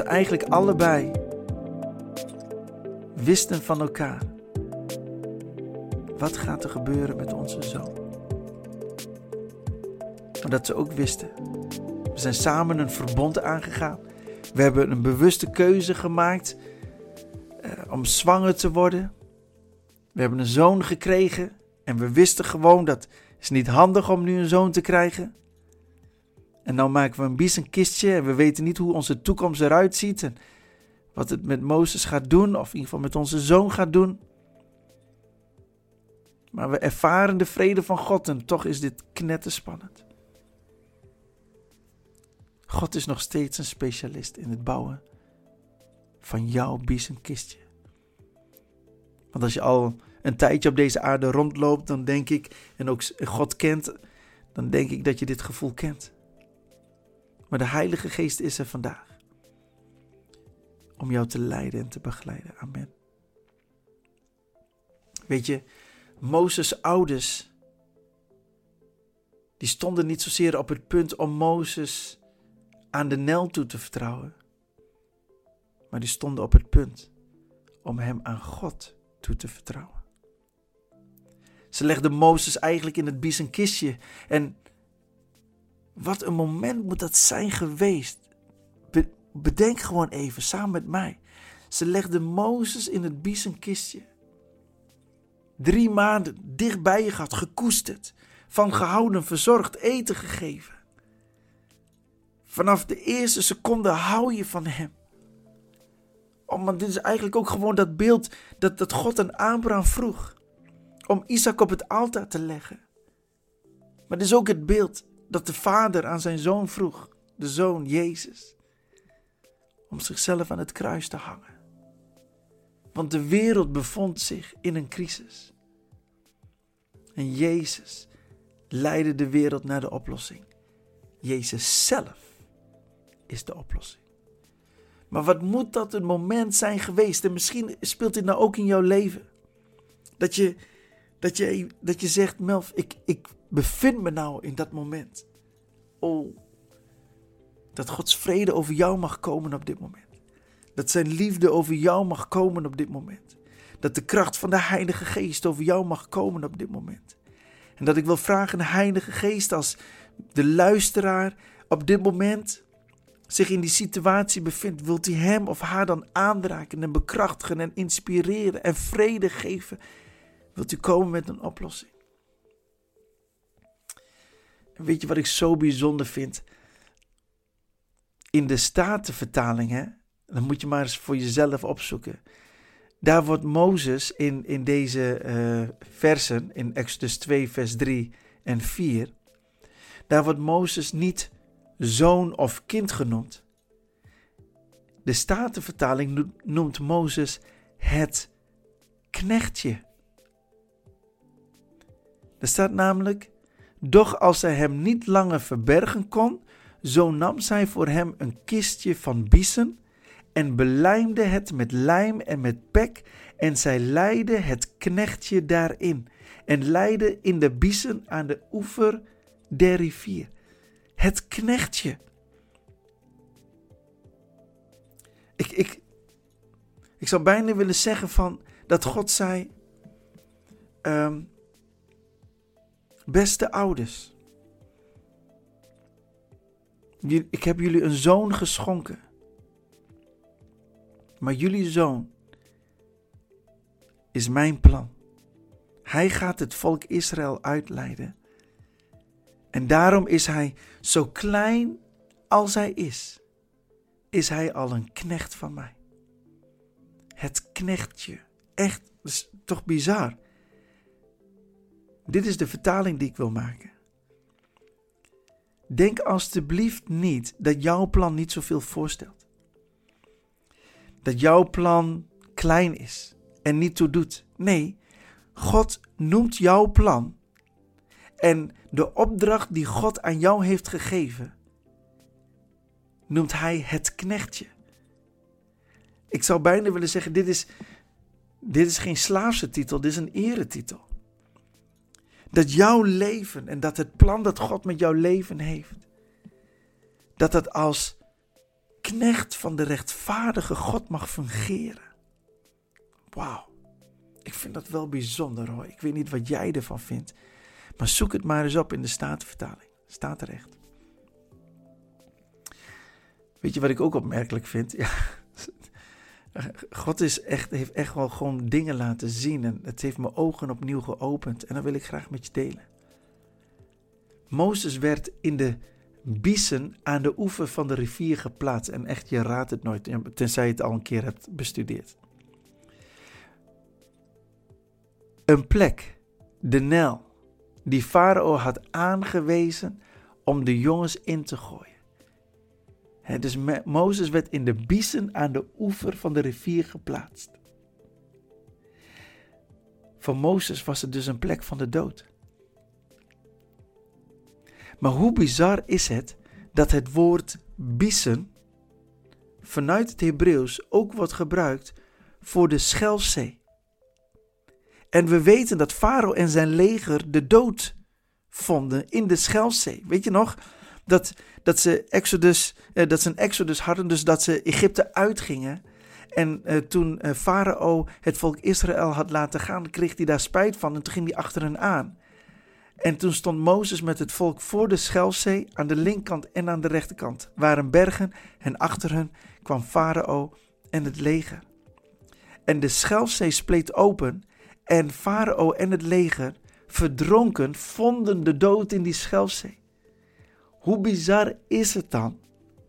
eigenlijk allebei wisten van elkaar. Wat gaat er gebeuren met onze zoon? Maar dat ze ook wisten. We zijn samen een verbond aangegaan. We hebben een bewuste keuze gemaakt om zwanger te worden. We hebben een zoon gekregen. En we wisten gewoon dat het is niet handig om nu een zoon te krijgen. En nou maken we een biezenkistje en we weten niet hoe onze toekomst eruit ziet. En wat het met Mozes gaat doen, of in ieder geval met onze zoon gaat doen. Maar we ervaren de vrede van God en toch is dit knetterspannend. God is nog steeds een specialist in het bouwen van jouw biezenkistje. Want als je al een tijdje op deze aarde rondloopt, dan denk ik, en ook God kent, dan denk ik dat je dit gevoel kent. Maar de Heilige Geest is er vandaag om jou te leiden en te begeleiden. Amen. Weet je, Mozes' ouders, die stonden niet zozeer op het punt om Mozes aan de Nijl toe te vertrouwen. Maar die stonden op het punt om hem aan God toe te vertrouwen. Ze legden Mozes eigenlijk in het biezenkistje. En wat een moment moet dat zijn geweest. Bedenk gewoon even, samen met mij. Ze legden Mozes in het biezenkistje. 3 maanden dicht bij je gehad, gekoesterd. Van gehouden, verzorgd, eten gegeven. Vanaf de eerste seconde hou je van hem. Maar dit is eigenlijk ook gewoon dat beeld dat God aan Abraham vroeg. Om Isaac op het altaar te leggen. Maar dit is ook het beeld dat de vader aan zijn zoon vroeg. De zoon Jezus. Om zichzelf aan het kruis te hangen. Want de wereld bevond zich in een crisis. En Jezus leidde de wereld naar de oplossing. Jezus zelf is de oplossing. Maar wat moet dat een moment zijn geweest? En misschien speelt dit nou ook in jouw leven. Dat je zegt, Melf, ik bevind me nou in dat moment. Oh, dat Gods vrede over jou mag komen op dit moment. Dat zijn liefde over jou mag komen op dit moment. Dat de kracht van de Heilige Geest over jou mag komen op dit moment. En dat ik wil vragen, de Heilige Geest, als de luisteraar op dit moment zich in die situatie bevindt, wilt hij hem of haar dan aanraken en bekrachtigen en inspireren en vrede geven. Wilt u komen met een oplossing? En weet je wat ik zo bijzonder vind? In de Statenvertaling, hè? Dan moet je maar eens voor jezelf opzoeken. Daar wordt Mozes in deze versen, in Exodus 2 vers 3 en 4. Daar wordt Mozes niet zoon of kind genoemd. De Statenvertaling noemt Mozes het knechtje. Er staat namelijk, doch als zij hem niet langer verbergen kon, zo nam zij voor hem een kistje van biezen en belijmde het met lijm en met pek en zij leidde het knechtje daarin en leidde in de biezen aan de oever der rivier. Het knechtje. Ik zou bijna willen zeggen van dat God zei, beste ouders, ik heb jullie een zoon geschonken. Maar jullie zoon is mijn plan. Hij gaat het volk Israël uitleiden. En daarom is hij zo klein als hij is hij al een knecht van mij. Het knechtje. Echt, dat is toch bizar. Dit is de vertaling die ik wil maken. Denk alstublieft niet dat jouw plan niet zoveel voorstelt. Dat jouw plan klein is en niet toe doet. Nee, God noemt jouw plan en de opdracht die God aan jou heeft gegeven, noemt hij het knechtje. Ik zou bijna willen zeggen, dit is geen slaafse titel, dit is een eretitel. Dat jouw leven en dat het plan dat God met jouw leven heeft, dat het als knecht van de rechtvaardige God mag fungeren. Wauw. Ik vind dat wel bijzonder hoor. Ik weet niet wat jij ervan vindt. Maar zoek het maar eens op in de Statenvertaling. Staat er echt. Weet je wat ik ook opmerkelijk vind? Ja, God heeft echt wel gewoon dingen laten zien. En het heeft mijn ogen opnieuw geopend. En dat wil ik graag met je delen. Mozes werd in de biezen aan de oever van de rivier geplaatst. En echt, je raadt het nooit. Tenzij je het al een keer hebt bestudeerd. Een plek, de Nijl, die Farao had aangewezen om de jongens in te gooien. Dus Mozes werd in de biezen aan de oever van de rivier geplaatst. Voor Mozes was het dus een plek van de dood. Maar hoe bizar is het dat het woord biezen vanuit het Hebreeuws ook wordt gebruikt voor de Schelfzee. En we weten dat Farao en zijn leger de dood vonden in de Schelfzee. Weet je nog dat ze een exodus hadden, dus dat ze Egypte uitgingen. En toen Farao het volk Israël had laten gaan, kreeg hij daar spijt van en toen ging hij achter hen aan. En toen stond Mozes met het volk voor de Schelfzee aan de linkerkant en aan de rechterkant. Waren bergen en achter hen kwam Farao en het leger. En de Schelfzee spleet open en Farao en het leger, verdronken, vonden de dood in die Schelfzee. Hoe bizar is het dan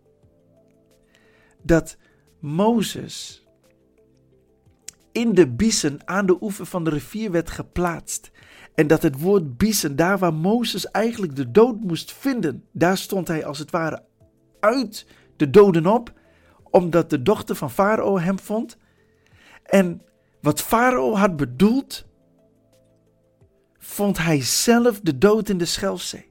dat Mozes in de biezen aan de oever van de rivier werd geplaatst. En dat het woord biezen, daar waar Mozes eigenlijk de dood moest vinden, daar stond hij als het ware uit de doden op, omdat de dochter van Farao hem vond. En wat Farao had bedoeld, vond hij zelf de dood in de Schelfzee.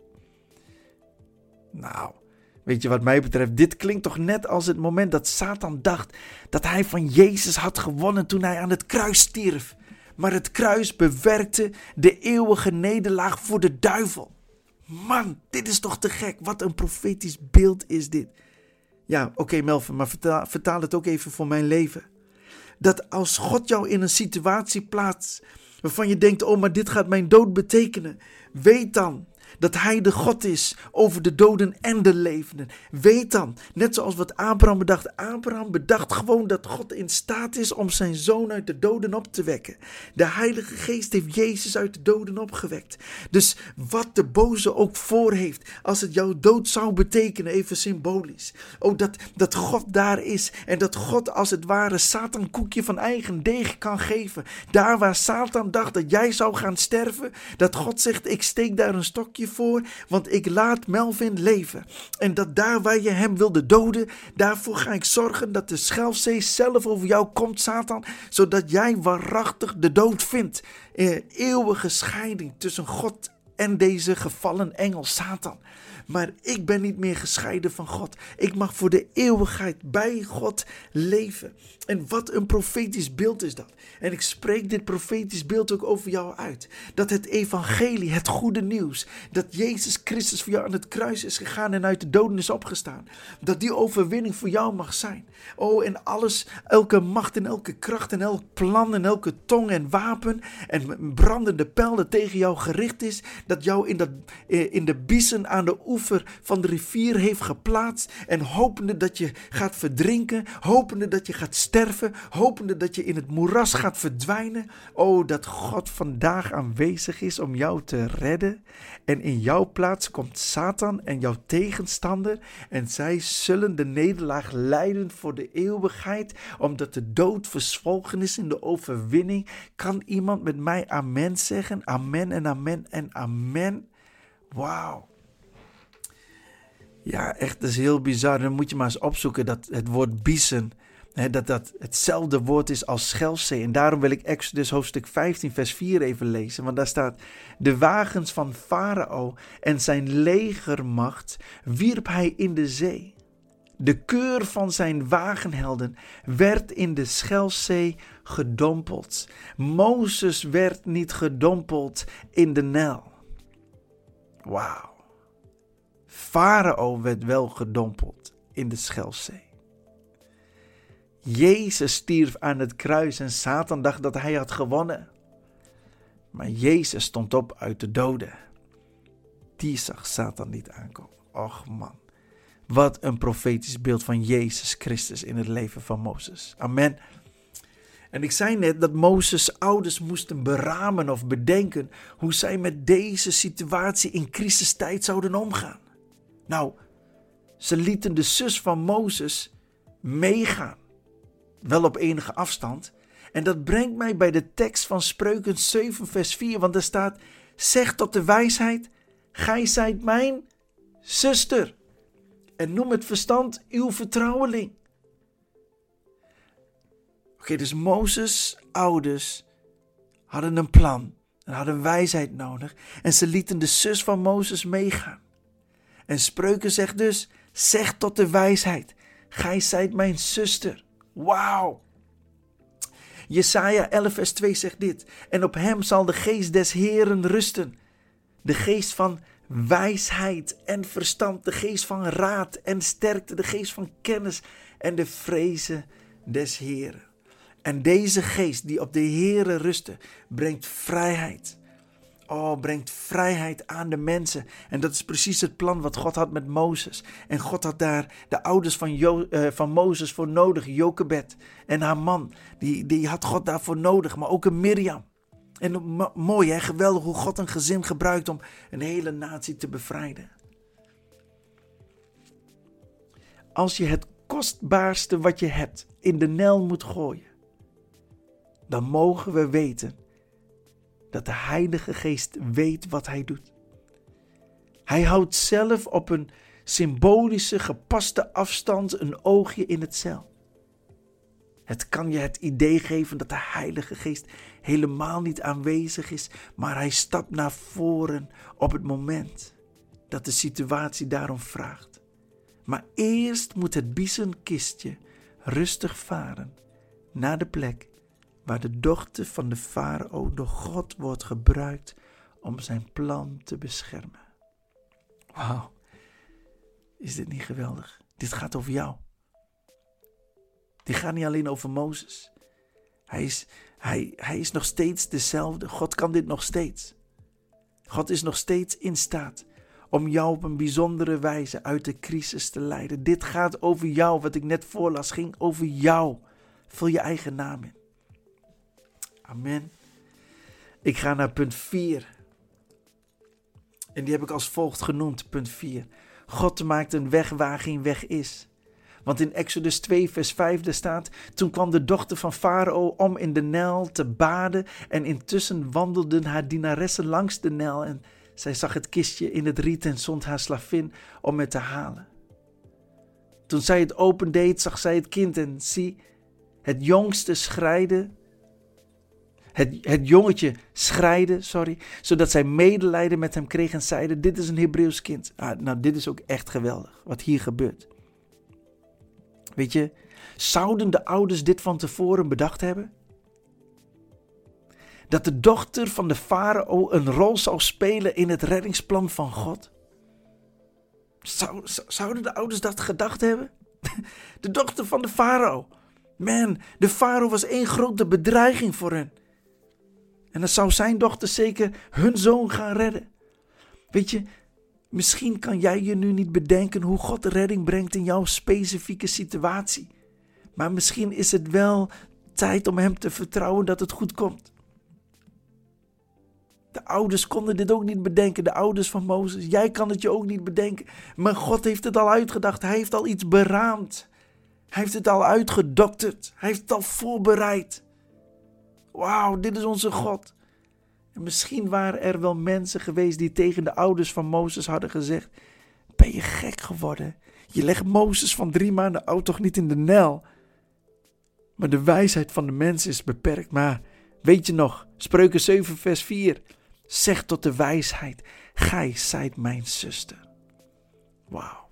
Nou, weet je wat mij betreft, dit klinkt toch net als het moment dat Satan dacht dat hij van Jezus had gewonnen toen hij aan het kruis stierf. Maar het kruis bewerkte de eeuwige nederlaag voor de duivel. Man, dit is toch te gek. Wat een profetisch beeld is dit. Ja, oké, Melvin, maar vertaal het ook even voor mijn leven. Dat als God jou in een situatie plaatst waarvan je denkt, oh, maar dit gaat mijn dood betekenen. Weet dan dat hij de God is over de doden en de levenden. Weet dan, net zoals wat Abraham bedacht. Abraham bedacht gewoon dat God in staat is om zijn zoon uit de doden op te wekken. De Heilige Geest heeft Jezus uit de doden opgewekt. Dus wat de boze ook voor heeft, als het jouw dood zou betekenen, even symbolisch. Oh, dat God daar is en dat God als het ware Satan een koekje van eigen deeg kan geven. Daar waar Satan dacht dat jij zou gaan sterven, dat God zegt, ik steek daar een stokje voor, want ik laat Melvin leven. En dat daar waar je hem wilde doden, daarvoor ga ik zorgen dat de Schelfzee zelf over jou komt, Satan, zodat jij waarachtig de dood vindt. Eeuwige scheiding tussen God en deze gevallen engel Satan. Maar ik ben niet meer gescheiden van God. Ik mag voor de eeuwigheid bij God leven. En wat een profetisch beeld is dat. En ik spreek dit profetisch beeld ook over jou uit. Dat het evangelie, het goede nieuws, dat Jezus Christus voor jou aan het kruis is gegaan en uit de doden is opgestaan. Dat die overwinning voor jou mag zijn. Oh, en alles, elke macht en elke kracht en elk plan en elke tong en wapen en brandende pijl dat tegen jou gericht is, dat jou in de biezen aan de oever van de rivier heeft geplaatst en hopende dat je gaat verdrinken, hopende dat je gaat sterven, hopende dat je in het moeras gaat verdwijnen. Oh, dat God vandaag aanwezig is om jou te redden. En in jouw plaats komt Satan en jouw tegenstander en zij zullen de nederlaag lijden voor de eeuwigheid, omdat de dood verzwolgen is in de overwinning. Kan iemand met mij amen zeggen? Amen en amen en amen. Wauw. Ja, echt, dat is heel bizar. Dan moet je maar eens opzoeken dat het woord biezen, dat hetzelfde woord is als Schelfzee. En daarom wil ik Exodus hoofdstuk 15 vers 4 even lezen. Want daar staat, de wagens van Farao en zijn legermacht wierp hij in de zee. De keur van zijn wagenhelden werd in de Schelfzee gedompeld. Mozes werd niet gedompeld in de Nijl. Wauw. Farao werd wel gedompeld in de Schelfzee. Jezus stierf aan het kruis en Satan dacht dat hij had gewonnen. Maar Jezus stond op uit de doden. Die zag Satan niet aankomen. Och man, wat een profetisch beeld van Jezus Christus in het leven van Mozes. Amen. En ik zei net dat Mozes' ouders moesten beramen of bedenken hoe zij met deze situatie in crisistijd zouden omgaan. Nou, ze lieten de zus van Mozes meegaan. Wel op enige afstand. En dat brengt mij bij de tekst van Spreuken 7 vers 4. Want er staat, zeg tot de wijsheid, gij zijt mijn zuster. En noem het verstand uw vertrouweling. Oké, dus Mozes' ouders hadden een plan en hadden wijsheid nodig. En ze lieten de zus van Mozes meegaan. En Spreuken zegt dus, zeg tot de wijsheid, gij zijt mijn zuster. Wauw. Jesaja 11 vers 2 zegt dit. En op hem zal de geest des Heeren rusten. De geest van wijsheid en verstand. De geest van raad en sterkte. De geest van kennis en de vrezen des Heeren. En deze geest die op de Heere rustte, brengt vrijheid. Brengt vrijheid aan de mensen. En dat is precies het plan wat God had met Mozes. En God had daar de ouders van Mozes voor nodig. Jochebed en haar man. Die had God daarvoor nodig. Maar ook een Mirjam. En mooi hè, geweldig hoe God een gezin gebruikt om een hele natie te bevrijden. Als je het kostbaarste wat je hebt in de Nijl moet gooien, dan mogen we weten dat de Heilige Geest weet wat hij doet. Hij houdt zelf op een symbolische, gepaste afstand een oogje in het zeil. Het kan je het idee geven dat de Heilige Geest helemaal niet aanwezig is, maar hij stapt naar voren op het moment dat de situatie daarom vraagt. Maar eerst moet het biezenkistje rustig varen naar de plek waar de dochter van de farao door God wordt gebruikt om zijn plan te beschermen. Wauw, is dit niet geweldig? Dit gaat over jou. Dit gaat niet alleen over Mozes. Hij is nog steeds dezelfde. God kan dit nog steeds. God is nog steeds in staat om jou op een bijzondere wijze uit de crisis te leiden. Dit gaat over jou. Wat ik net voorlas ging over jou. Vul je eigen naam in. Amen. Ik ga naar punt 4. En die heb ik als volgt genoemd, punt 4. God maakt een weg waar geen weg is. Want in Exodus 2 vers 5 daar staat, toen kwam de dochter van Farao om in de Nijl te baden en intussen wandelden haar dienaressen langs de Nijl en zij zag het kistje in het riet en zond haar slavin om het te halen. Toen zij het opendeed, zag zij het kind en zie, het jongetje schreide, zodat zij medelijden met hem kreeg en zeiden, dit is een Hebreeuws kind. Nou, dit is ook echt geweldig, wat hier gebeurt. Weet je, zouden de ouders dit van tevoren bedacht hebben? Dat de dochter van de farao een rol zou spelen in het reddingsplan van God? Zouden de ouders dat gedacht hebben? De dochter van de farao. Man, de farao was één grote bedreiging voor hen. En dan zou zijn dochter zeker hun zoon gaan redden. Weet je, misschien kan jij je nu niet bedenken hoe God redding brengt in jouw specifieke situatie. Maar misschien is het wel tijd om hem te vertrouwen dat het goed komt. De ouders konden dit ook niet bedenken, de ouders van Mozes. Jij kan het je ook niet bedenken. Maar God heeft het al uitgedacht, hij heeft al iets beraamd. Hij heeft het al uitgedokterd, hij heeft het al voorbereid. Wauw, dit is onze God. En misschien waren er wel mensen geweest die tegen de ouders van Mozes hadden gezegd, ben je gek geworden? Je legt Mozes van 3 maanden oud toch niet in de Nijl? Maar de wijsheid van de mens is beperkt. Maar weet je nog, Spreuken 7 vers 4. Zeg tot de wijsheid, gij zijt mijn zuster. Wauw.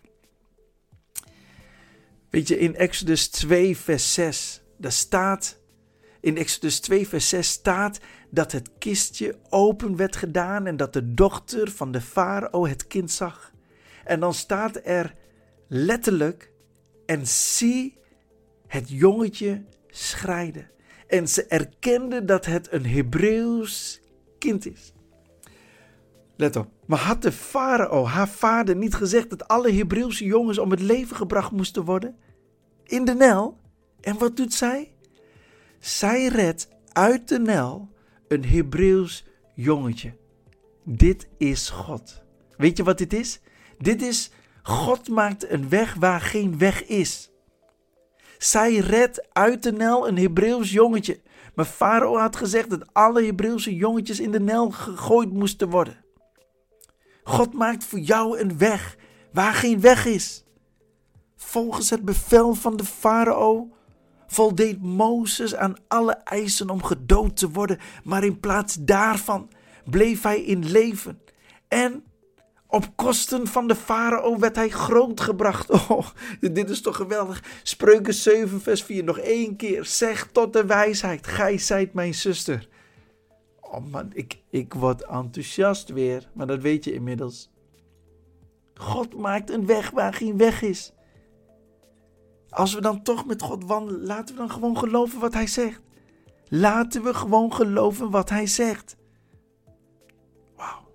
Weet je, in Exodus 2 vers 6, daar staat... In Exodus 2 vers 6 staat dat het kistje open werd gedaan en dat de dochter van de farao het kind zag. En dan staat er letterlijk, en zie, Het jongetje schreide en ze erkende dat het een Hebreeuws kind is. Let op, maar had de farao, haar vader, niet gezegd dat alle Hebreeuwse jongens om het leven gebracht moesten worden? In de Nijl? En wat doet zij? Zij redt uit de Nijl een Hebreeuws jongetje. Dit is God. Weet je wat dit is? Dit is, God maakt een weg waar geen weg is. Zij redt uit de Nijl een Hebreeuws jongetje. Maar farao had gezegd dat alle Hebreeuwse jongetjes in de Nijl gegooid moesten worden. God maakt voor jou een weg waar geen weg is. Volgens het bevel van de farao voldeed Mozes aan alle eisen om gedood te worden, maar in plaats daarvan bleef hij in leven. En op kosten van de farao werd hij grootgebracht. Oh, dit is toch geweldig. Spreuken 7 vers 4, nog 1 keer. Zeg tot de wijsheid, gij zijt mijn zuster. Oh man, ik word enthousiast weer, maar dat weet je inmiddels. God maakt een weg waar geen weg is. Als we dan toch met God wandelen, laten we dan gewoon geloven wat hij zegt. Laten we gewoon geloven wat hij zegt. Wauw.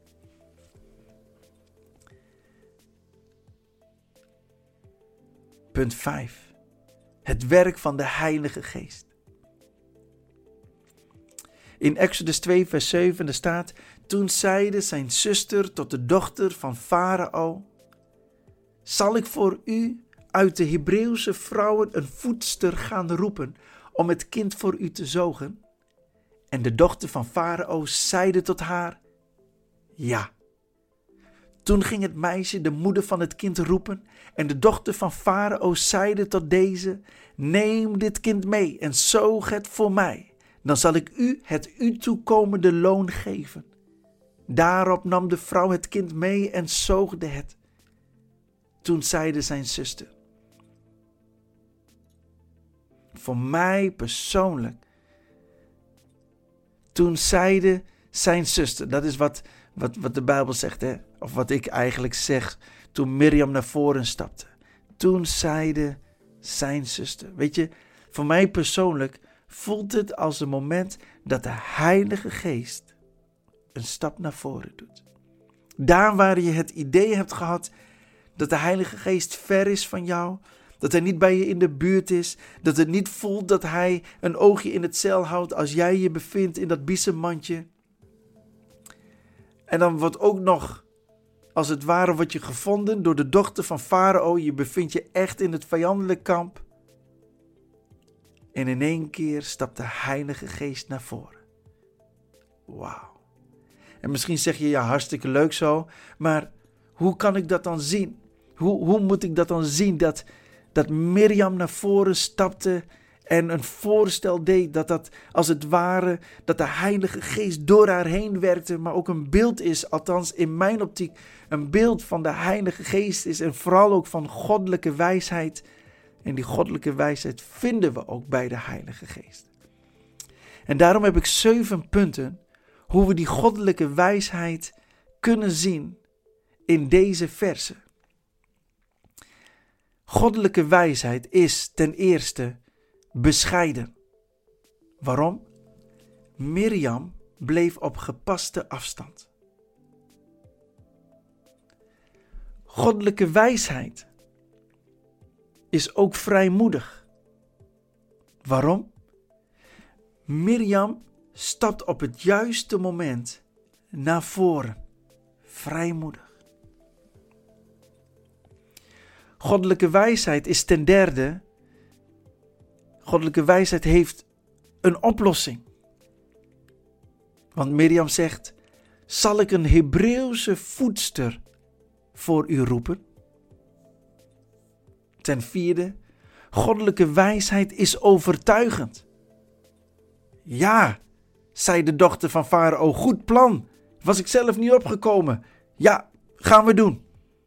Punt 5. Het werk van de Heilige Geest. In Exodus 2 vers 7 er staat: toen zeide zijn zuster tot de dochter van farao: zal ik voor u uit de Hebreeuwse vrouwen een voedster gaan roepen om het kind voor u te zogen? En de dochter van farao zeide tot haar: ja. Toen ging het meisje de moeder van het kind roepen en de dochter van farao zeide tot deze: neem dit kind mee en zoog het voor mij. Dan zal ik u het u toekomende loon geven. Daarop nam de vrouw het kind mee en zoogde het. Toen zeide zijn zuster: voor mij persoonlijk. Toen zeide zijn zuster, dat is wat de Bijbel zegt, hè? Of wat ik eigenlijk zeg, toen Mirjam naar voren stapte. Toen zeide zijn zuster. Weet je, voor mij persoonlijk voelt het als een moment dat de Heilige Geest een stap naar voren doet. Daar waar je het idee hebt gehad dat de Heilige Geest ver is van jou, dat hij niet bij je in de buurt is, dat het niet voelt dat hij een oogje in het zeil houdt als jij je bevindt in dat biezenmandje. En dan wordt ook nog, als het ware, wordt je gevonden door de dochter van farao. Je bevindt je echt in het vijandelijk kamp. En in 1 keer stapt de Heilige Geest naar voren. Wauw. En misschien zeg je, ja, hartstikke leuk zo. Maar hoe kan ik dat dan zien? Hoe moet ik dat dan zien? Dat Mirjam naar voren stapte en een voorstel deed. Dat als het ware, dat de Heilige Geest door haar heen werkte. Maar ook een beeld is, althans in mijn optiek, een beeld van de Heilige Geest is. En vooral ook van goddelijke wijsheid. En die goddelijke wijsheid vinden we ook bij de Heilige Geest. En daarom heb ik 7 punten hoe we die goddelijke wijsheid kunnen zien in deze versen. Goddelijke wijsheid is ten eerste bescheiden. Waarom? Mirjam bleef op gepaste afstand. Goddelijke wijsheid is ook vrijmoedig. Waarom? Mirjam stapt op het juiste moment naar voren. Vrijmoedig. Goddelijke wijsheid is ten derde. Goddelijke wijsheid heeft een oplossing. Want Mirjam zegt: zal ik een Hebreeuwse voedster voor u roepen? Ten vierde, goddelijke wijsheid is overtuigend. Ja, zei de dochter van farao, goed plan. Was ik zelf niet opgekomen. Ja, gaan we doen.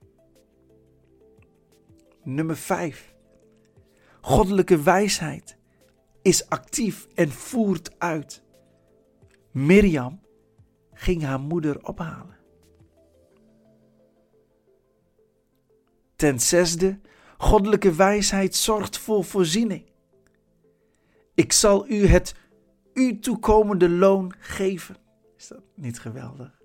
Nummer 5. Goddelijke wijsheid is actief en voert uit. Mirjam ging haar moeder ophalen. Ten zesde, Goddelijke wijsheid zorgt voor voorziening. Ik zal u het u toekomende loon geven. Is dat niet geweldig?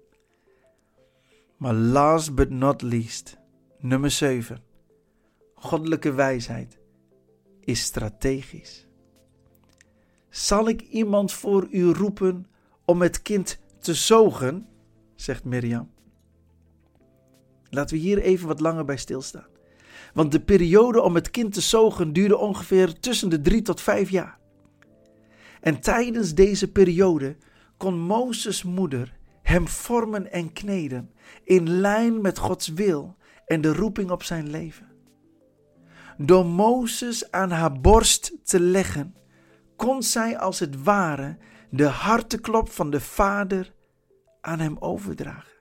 Maar last but not least, nummer 7. Goddelijke wijsheid is strategisch. Zal ik iemand voor u roepen om het kind te zogen? Zegt Mirjam. Laten we hier even wat langer bij stilstaan. Want de periode om het kind te zogen duurde ongeveer tussen de 3 tot 5 jaar. En tijdens deze periode kon Mozes' moeder hem vormen en kneden in lijn met Gods wil en de roeping op zijn leven. Door Mozes aan haar borst te leggen, kon zij als het ware de harteklop van de vader aan hem overdragen.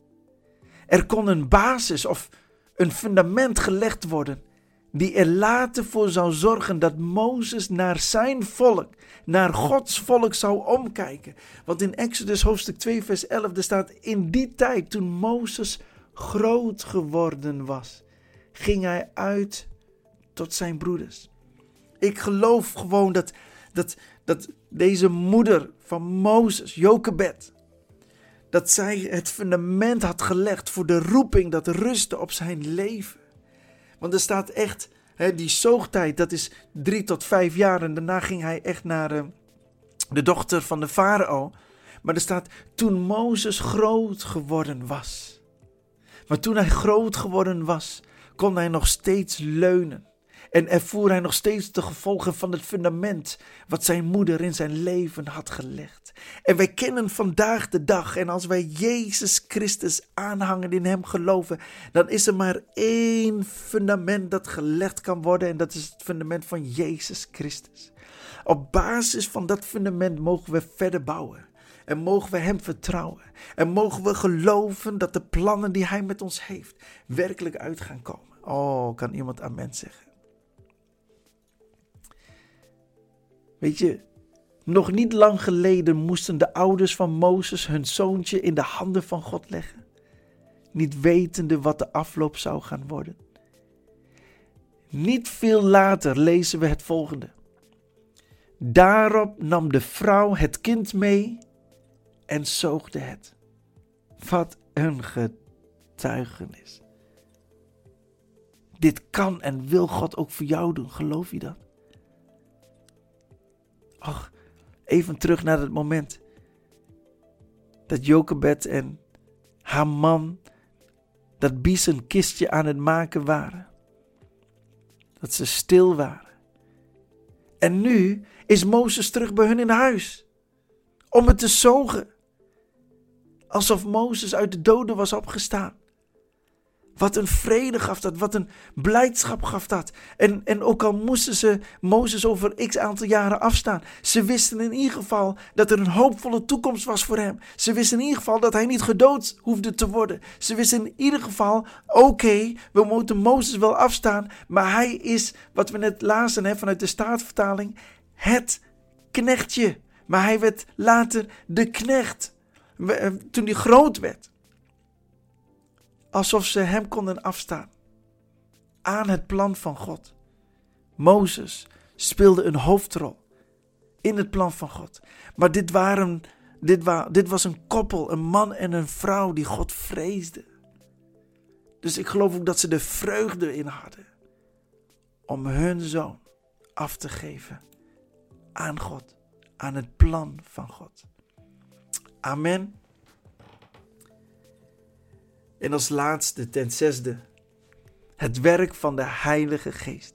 Er kon een basis of een fundament gelegd worden die er later voor zou zorgen dat Mozes naar zijn volk, naar Gods volk zou omkijken. Want in Exodus hoofdstuk 2 vers 11 er staat: in die tijd toen Mozes groot geworden was, ging hij uit tot zijn broeders. Ik geloof gewoon dat deze moeder van Mozes, Jochebed, dat zij het fundament had gelegd voor de roeping dat rustte op zijn leven. Want er staat echt, die zoogtijd, dat is 3 tot 5 jaar. En daarna ging hij echt naar de dochter van de farao. Maar er staat, toen Mozes groot geworden was. Maar toen hij groot geworden was, kon hij nog steeds leunen. En ervoer hij nog steeds de gevolgen van het fundament wat zijn moeder in zijn leven had gelegd. En wij kennen vandaag de dag, en als wij Jezus Christus aanhangen, in hem geloven, dan is er maar 1 fundament dat gelegd kan worden, en dat is het fundament van Jezus Christus. Op basis van dat fundament mogen we verder bouwen. En mogen we hem vertrouwen. En mogen we geloven dat de plannen die hij met ons heeft werkelijk uit gaan komen. Oh, kan iemand amen zeggen? Weet je, nog niet lang geleden moesten de ouders van Mozes hun zoontje in de handen van God leggen, niet wetende wat de afloop zou gaan worden. Niet veel later lezen we het volgende. Daarop nam de vrouw het kind mee en zoogde het. Wat een getuigenis. Dit kan en wil God ook voor jou doen, geloof je dat? Och, even terug naar het moment dat Jochebed en haar man dat biezenkistje aan het maken waren. Dat ze stil waren. En nu is Mozes terug bij hun in huis om het te zogen. Alsof Mozes uit de doden was opgestaan. Wat een vrede gaf dat, wat een blijdschap gaf dat. En ook al moesten ze Mozes over x aantal jaren afstaan, ze wisten in ieder geval dat er een hoopvolle toekomst was voor hem. Ze wisten in ieder geval dat hij niet gedood hoefde te worden. Ze wisten in ieder geval, oké, we moeten Mozes wel afstaan, maar hij is, wat we net lazen vanuit de Statenvertaling, het knechtje. Maar hij werd later de knecht, toen hij groot werd. Alsof ze hem konden afstaan aan het plan van God. Mozes speelde een hoofdrol in het plan van God. Maar dit was een koppel, een man en een vrouw die God vreesde. Dus ik geloof ook dat ze de vreugde in hadden om hun zoon af te geven aan God, aan het plan van God. Amen. En als laatste, ten zesde, het werk van de Heilige Geest.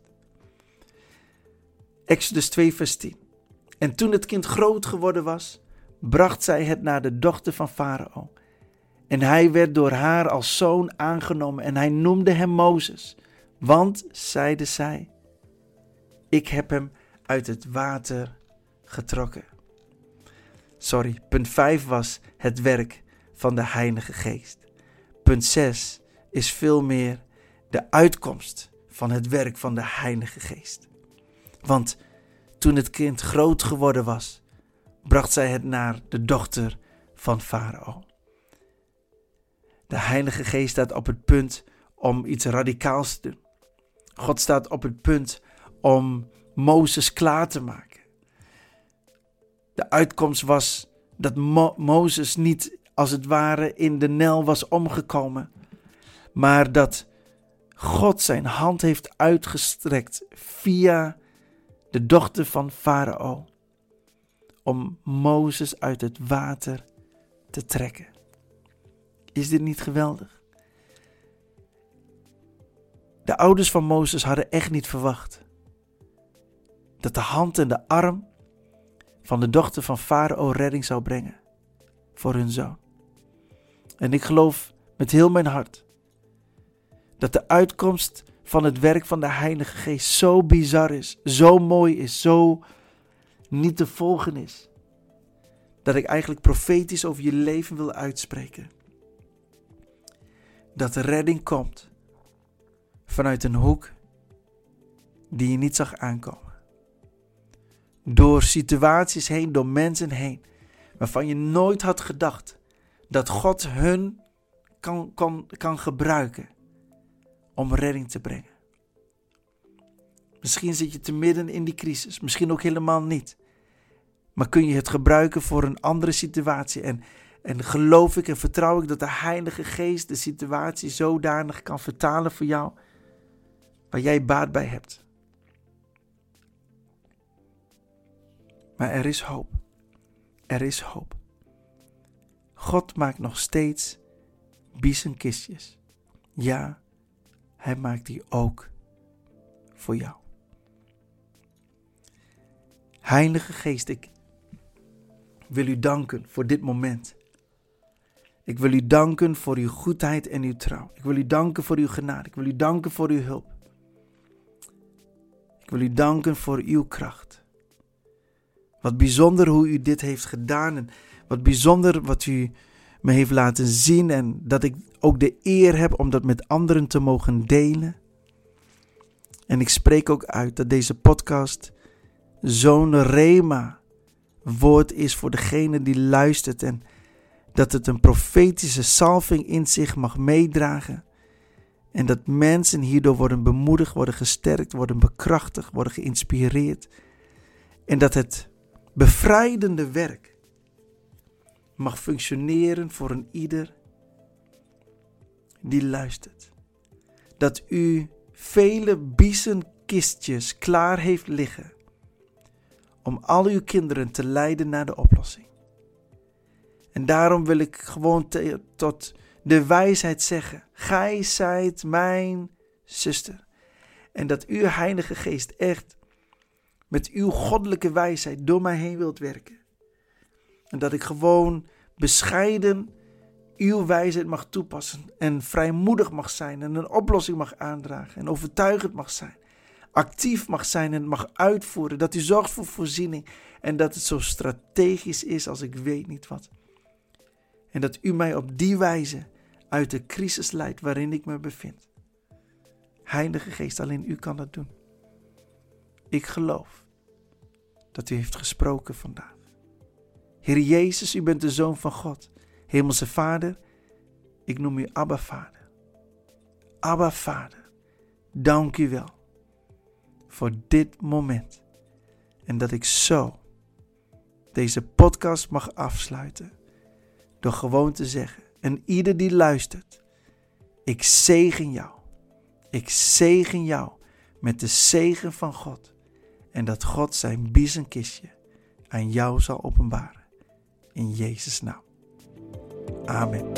Exodus 2 vers 10. En toen het kind groot geworden was, bracht zij het naar de dochter van Farao. En hij werd door haar als zoon aangenomen en hij noemde hem Mozes. Want, zeide zij, ik heb hem uit het water getrokken. Punt 5 was het werk van de Heilige Geest. Punt 6 is veel meer de uitkomst van het werk van de Heilige Geest. Want toen het kind groot geworden was, bracht zij het naar de dochter van Farao. De Heilige Geest staat op het punt om iets radicaals te doen. God staat op het punt om Mozes klaar te maken. De uitkomst was dat Mozes niet als het ware in de Nijl was omgekomen, maar dat God zijn hand heeft uitgestrekt via de dochter van Farao om Mozes uit het water te trekken. Is dit niet geweldig? De ouders van Mozes hadden echt niet verwacht dat de hand en de arm van de dochter van Farao redding zou brengen voor hun zoon. En ik geloof met heel mijn hart dat de uitkomst van het werk van de Heilige Geest zo bizar is, zo mooi is, zo niet te volgen is, dat ik eigenlijk profetisch over je leven wil uitspreken. Dat de redding komt vanuit een hoek die je niet zag aankomen. Door situaties heen, door mensen heen, waarvan je nooit had gedacht dat God hun kan gebruiken om redding te brengen. Misschien zit je te midden in die crisis, misschien ook helemaal niet. Maar kun je het gebruiken voor een andere situatie en geloof ik en vertrouw ik dat de Heilige Geest de situatie zodanig kan vertalen voor jou, waar jij baat bij hebt. Maar er is hoop. Er is hoop. God maakt nog steeds biezenkistjes. Ja, hij maakt die ook voor jou. Heilige Geest, ik wil u danken voor dit moment. Ik wil u danken voor uw goedheid en uw trouw. Ik wil u danken voor uw genade. Ik wil u danken voor uw hulp. Ik wil u danken voor uw kracht. Wat bijzonder hoe u dit heeft gedaan en wat bijzonder wat u me heeft laten zien en dat ik ook de eer heb om dat met anderen te mogen delen. En ik spreek ook uit dat deze podcast zo'n rema woord is voor degene die luistert en dat het een profetische salving in zich mag meedragen en dat mensen hierdoor worden bemoedigd, worden gesterkt, worden bekrachtigd, worden geïnspireerd en dat het bevrijdende werk mag functioneren voor een ieder die luistert. Dat u vele biezenkistjes klaar heeft liggen om al uw kinderen te leiden naar de oplossing. En daarom wil ik gewoon tot de wijsheid zeggen: gij zijt mijn zuster. En dat uw Heilige Geest echt met uw goddelijke wijsheid door mij heen wilt werken. En dat ik gewoon bescheiden uw wijsheid mag toepassen en vrijmoedig mag zijn en een oplossing mag aandragen en overtuigend mag zijn. Actief mag zijn en mag uitvoeren. Dat u zorgt voor voorziening en dat het zo strategisch is als ik weet niet wat. En dat u mij op die wijze uit de crisis leidt waarin ik me bevind. Heilige Geest, alleen u kan dat doen. Ik geloof dat u heeft gesproken vandaag. Heer Jezus, u bent de Zoon van God. Hemelse Vader, ik noem u Abba Vader. Abba Vader, dank u wel voor dit moment. En dat ik zo deze podcast mag afsluiten door gewoon te zeggen, en ieder die luistert, ik zegen jou. Ik zegen jou met de zegen van God. En dat God zijn biezenkistje aan jou zal openbaren. In Jezus' naam. Amen.